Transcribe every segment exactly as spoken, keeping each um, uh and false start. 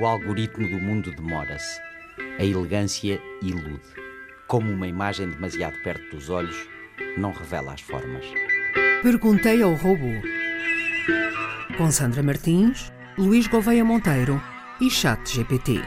algoritmo do mundo demora-se. A elegância ilude. Como uma imagem demasiado perto dos olhos, não revela as formas. Perguntei ao robô. Com Sandra Martins, Luís Gouveia Monteiro e ChatGPT.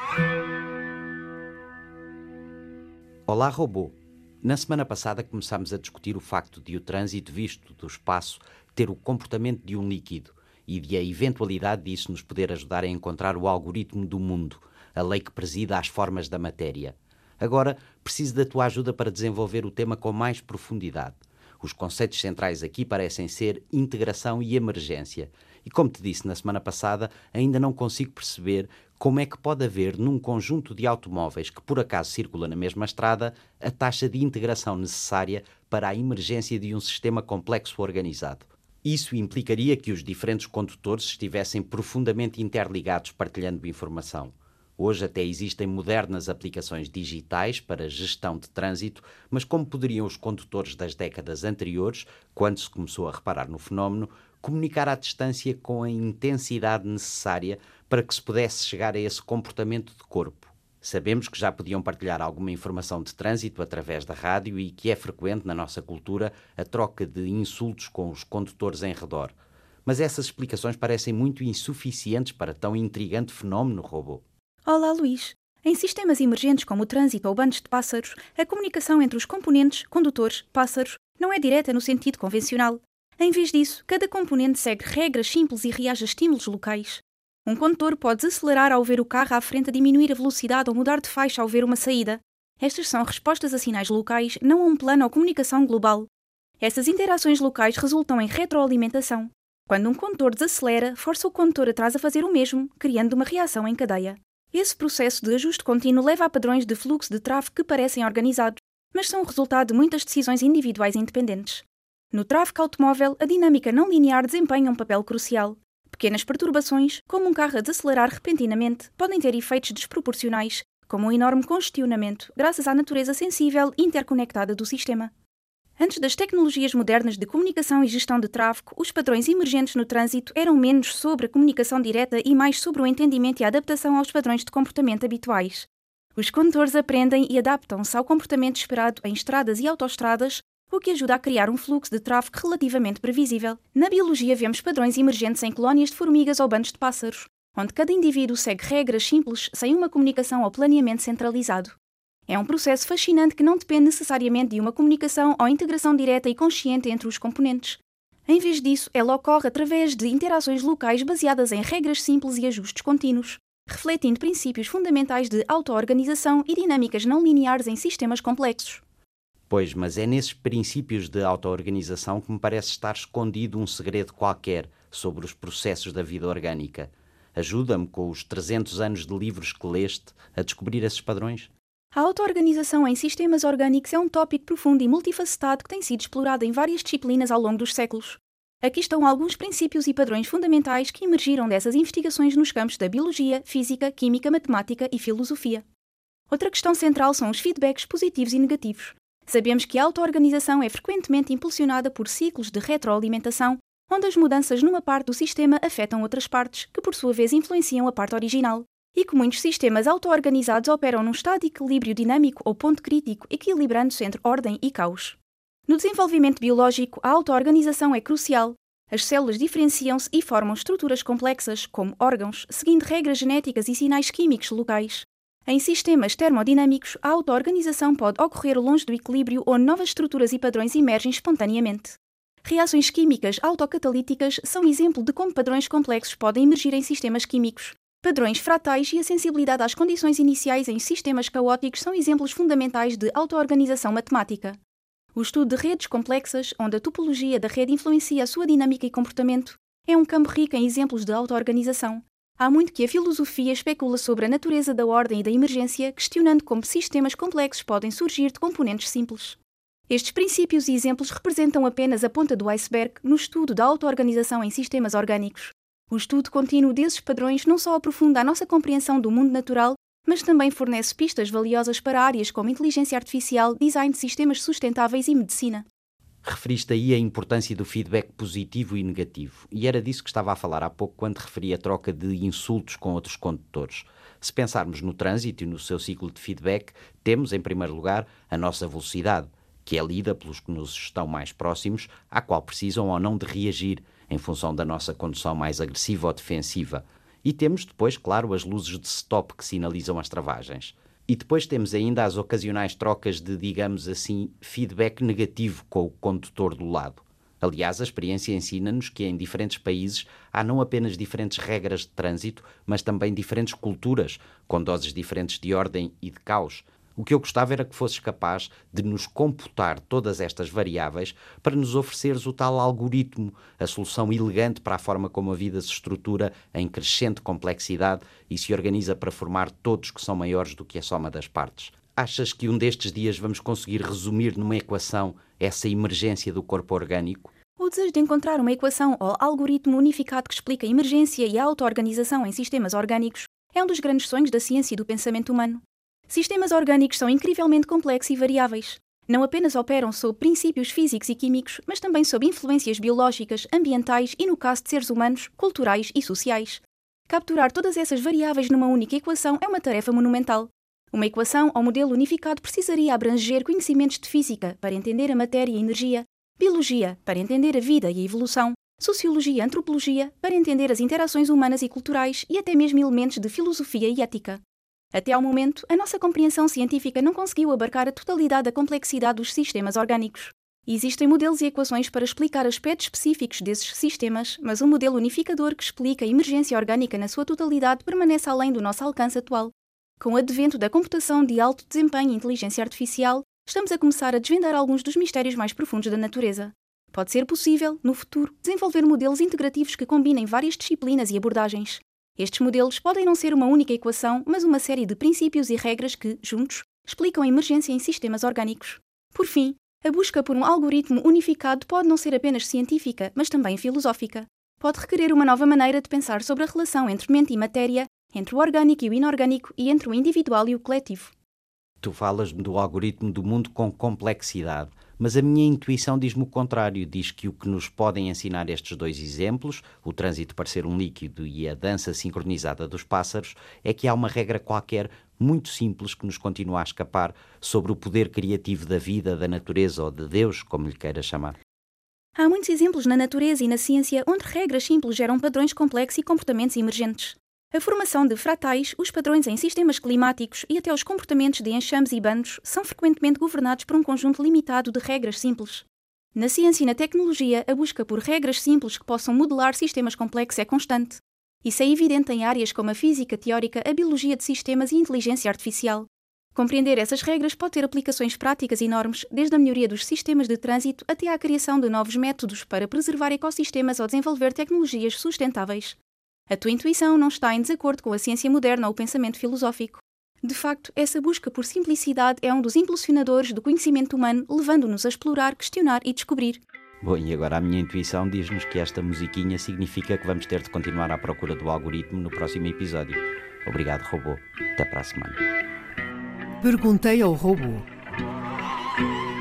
Olá, robô. Na semana passada começámos a discutir o facto de o trânsito visto do espaço ter o comportamento de um líquido e de a eventualidade disso nos poder ajudar a encontrar o algoritmo do mundo, a lei que presida às formas da matéria. Agora, preciso da tua ajuda para desenvolver o tema com mais profundidade. Os conceitos centrais aqui parecem ser integração e emergência. E como te disse na semana passada, ainda não consigo perceber como é que pode haver, num conjunto de automóveis que por acaso circula na mesma estrada, a taxa de integração necessária para a emergência de um sistema complexo organizado. Isso implicaria que os diferentes condutores estivessem profundamente interligados, partilhando informação. Hoje até existem modernas aplicações digitais para gestão de trânsito, mas como poderiam os condutores das décadas anteriores, quando se começou a reparar no fenómeno, comunicar à distância com a intensidade necessária para que se pudesse chegar a esse comportamento de corpo? Sabemos que já podiam partilhar alguma informação de trânsito através da rádio e que é frequente na nossa cultura a troca de insultos com os condutores em redor. Mas essas explicações parecem muito insuficientes para tão intrigante fenómeno, robô. Olá, Luís. Em sistemas emergentes como o trânsito ou bandos de pássaros, a comunicação entre os componentes, condutores, pássaros, não é direta no sentido convencional. Em vez disso, cada componente segue regras simples e reage a estímulos locais. Um condutor pode desacelerar ao ver o carro à frente a diminuir a velocidade ou mudar de faixa ao ver uma saída. Estas são respostas a sinais locais, não a um plano ou comunicação global. Essas interações locais resultam em retroalimentação. Quando um condutor desacelera, força o condutor atrás a fazer o mesmo, criando uma reação em cadeia. Esse processo de ajuste contínuo leva a padrões de fluxo de tráfego que parecem organizados, mas são o resultado de muitas decisões individuais independentes. No tráfego automóvel, a dinâmica não linear desempenha um papel crucial. Pequenas perturbações, como um carro a desacelerar repentinamente, podem ter efeitos desproporcionais, como um enorme congestionamento, graças à natureza sensível e interconectada do sistema. Antes das tecnologias modernas de comunicação e gestão de tráfego, os padrões emergentes no trânsito eram menos sobre a comunicação direta e mais sobre o entendimento e a adaptação aos padrões de comportamento habituais. Os condutores aprendem e adaptam-se ao comportamento esperado em estradas e autoestradas, o que ajuda a criar um fluxo de tráfego relativamente previsível. Na biologia vemos padrões emergentes em colónias de formigas ou bandos de pássaros, onde cada indivíduo segue regras simples sem uma comunicação ou planeamento centralizado. É um processo fascinante que não depende necessariamente de uma comunicação ou integração direta e consciente entre os componentes. Em vez disso, ela ocorre através de interações locais baseadas em regras simples e ajustes contínuos, refletindo princípios fundamentais de auto-organização e dinâmicas não lineares em sistemas complexos. Pois, mas é nesses princípios de auto-organização que me parece estar escondido um segredo qualquer sobre os processos da vida orgânica. Ajuda-me, com os trezentos anos de livros que leste, a descobrir esses padrões? A auto-organização em sistemas orgânicos é um tópico profundo e multifacetado que tem sido explorado em várias disciplinas ao longo dos séculos. Aqui estão alguns princípios e padrões fundamentais que emergiram dessas investigações nos campos da biologia, física, química, matemática e filosofia. Outra questão central são os feedbacks positivos e negativos. Sabemos que a auto-organização é frequentemente impulsionada por ciclos de retroalimentação, onde as mudanças numa parte do sistema afetam outras partes, que por sua vez influenciam a parte original, e que muitos sistemas auto-organizados operam num estado de equilíbrio dinâmico ou ponto crítico, equilibrando-se entre ordem e caos. No desenvolvimento biológico, a auto-organização é crucial. As células diferenciam-se e formam estruturas complexas, como órgãos, seguindo regras genéticas e sinais químicos locais. Em sistemas termodinâmicos, a auto-organização pode ocorrer longe do equilíbrio onde novas estruturas e padrões emergem espontaneamente. Reações químicas autocatalíticas são exemplo de como padrões complexos podem emergir em sistemas químicos. Padrões fratais e a sensibilidade às condições iniciais em sistemas caóticos são exemplos fundamentais de auto-organização matemática. O estudo de redes complexas, onde a topologia da rede influencia a sua dinâmica e comportamento, é um campo rico em exemplos de auto-organização. Há muito que a filosofia especula sobre a natureza da ordem e da emergência, questionando como sistemas complexos podem surgir de componentes simples. Estes princípios e exemplos representam apenas a ponta do iceberg no estudo da auto-organização em sistemas orgânicos. O estudo contínuo desses padrões não só aprofunda a nossa compreensão do mundo natural, mas também fornece pistas valiosas para áreas como inteligência artificial, design de sistemas sustentáveis e medicina. Referiste aí a importância do feedback positivo e negativo, e era disso que estava a falar há pouco quando referi a troca de insultos com outros condutores. Se pensarmos no trânsito e no seu ciclo de feedback, temos, em primeiro lugar, a nossa velocidade, que é lida pelos que nos estão mais próximos, à qual precisam ou não de reagir, em função da nossa condução mais agressiva ou defensiva. E temos depois, claro, as luzes de stop que sinalizam as travagens. E depois temos ainda as ocasionais trocas de, digamos assim, feedback negativo com o condutor do lado. Aliás, a experiência ensina-nos que em diferentes países há não apenas diferentes regras de trânsito, mas também diferentes culturas, com doses diferentes de ordem e de caos. O que eu gostava era que fosses capaz de nos computar todas estas variáveis para nos ofereceres o tal algoritmo, a solução elegante para a forma como a vida se estrutura em crescente complexidade e se organiza para formar todos que são maiores do que a soma das partes. Achas que um destes dias vamos conseguir resumir numa equação essa emergência do corpo orgânico? O desejo de encontrar uma equação ou algoritmo unificado que explica a emergência e a auto-organização em sistemas orgânicos é um dos grandes sonhos da ciência e do pensamento humano. Sistemas orgânicos são incrivelmente complexos e variáveis. Não apenas operam sob princípios físicos e químicos, mas também sob influências biológicas, ambientais e, no caso de seres humanos, culturais e sociais. Capturar todas essas variáveis numa única equação é uma tarefa monumental. Uma equação ou modelo unificado precisaria abranger conhecimentos de física para entender a matéria e a energia, biologia para entender a vida e a evolução, sociologia e antropologia para entender as interações humanas e culturais e até mesmo elementos de filosofia e ética. Até ao momento, a nossa compreensão científica não conseguiu abarcar a totalidade da complexidade dos sistemas orgânicos. Existem modelos e equações para explicar aspectos específicos desses sistemas, mas um modelo unificador que explica a emergência orgânica na sua totalidade permanece além do nosso alcance atual. Com o advento da computação de alto desempenho e inteligência artificial, estamos a começar a desvendar alguns dos mistérios mais profundos da natureza. Pode ser possível, no futuro, desenvolver modelos integrativos que combinem várias disciplinas e abordagens. Estes modelos podem não ser uma única equação, mas uma série de princípios e regras que, juntos, explicam a emergência em sistemas orgânicos. Por fim, a busca por um algoritmo unificado pode não ser apenas científica, mas também filosófica. Pode requerer uma nova maneira de pensar sobre a relação entre mente e matéria, entre o orgânico e o inorgânico e entre o individual e o coletivo. Tu falas-me do algoritmo do mundo com complexidade, mas a minha intuição diz-me o contrário. Diz que o que nos podem ensinar estes dois exemplos, o trânsito parecer um líquido e a dança sincronizada dos pássaros, é que há uma regra qualquer muito simples que nos continua a escapar sobre o poder criativo da vida, da natureza ou de Deus, como lhe queira chamar. Há muitos exemplos na natureza e na ciência onde regras simples geram padrões complexos e comportamentos emergentes. A formação de fratais, os padrões em sistemas climáticos e até os comportamentos de enxames e bandos são frequentemente governados por um conjunto limitado de regras simples. Na ciência e na tecnologia, a busca por regras simples que possam modelar sistemas complexos é constante. Isso é evidente em áreas como a física teórica, a biologia de sistemas e a inteligência artificial. Compreender essas regras pode ter aplicações práticas enormes, desde a melhoria dos sistemas de trânsito até à criação de novos métodos para preservar ecossistemas ou desenvolver tecnologias sustentáveis. A tua intuição não está em desacordo com a ciência moderna ou o pensamento filosófico. De facto, essa busca por simplicidade é um dos impulsionadores do conhecimento humano, levando-nos a explorar, questionar e descobrir. Bom, e agora a minha intuição diz-nos que esta musiquinha significa que vamos ter de continuar à procura do algoritmo no próximo episódio. Obrigado, robô. Até para a semana. Perguntei ao robô.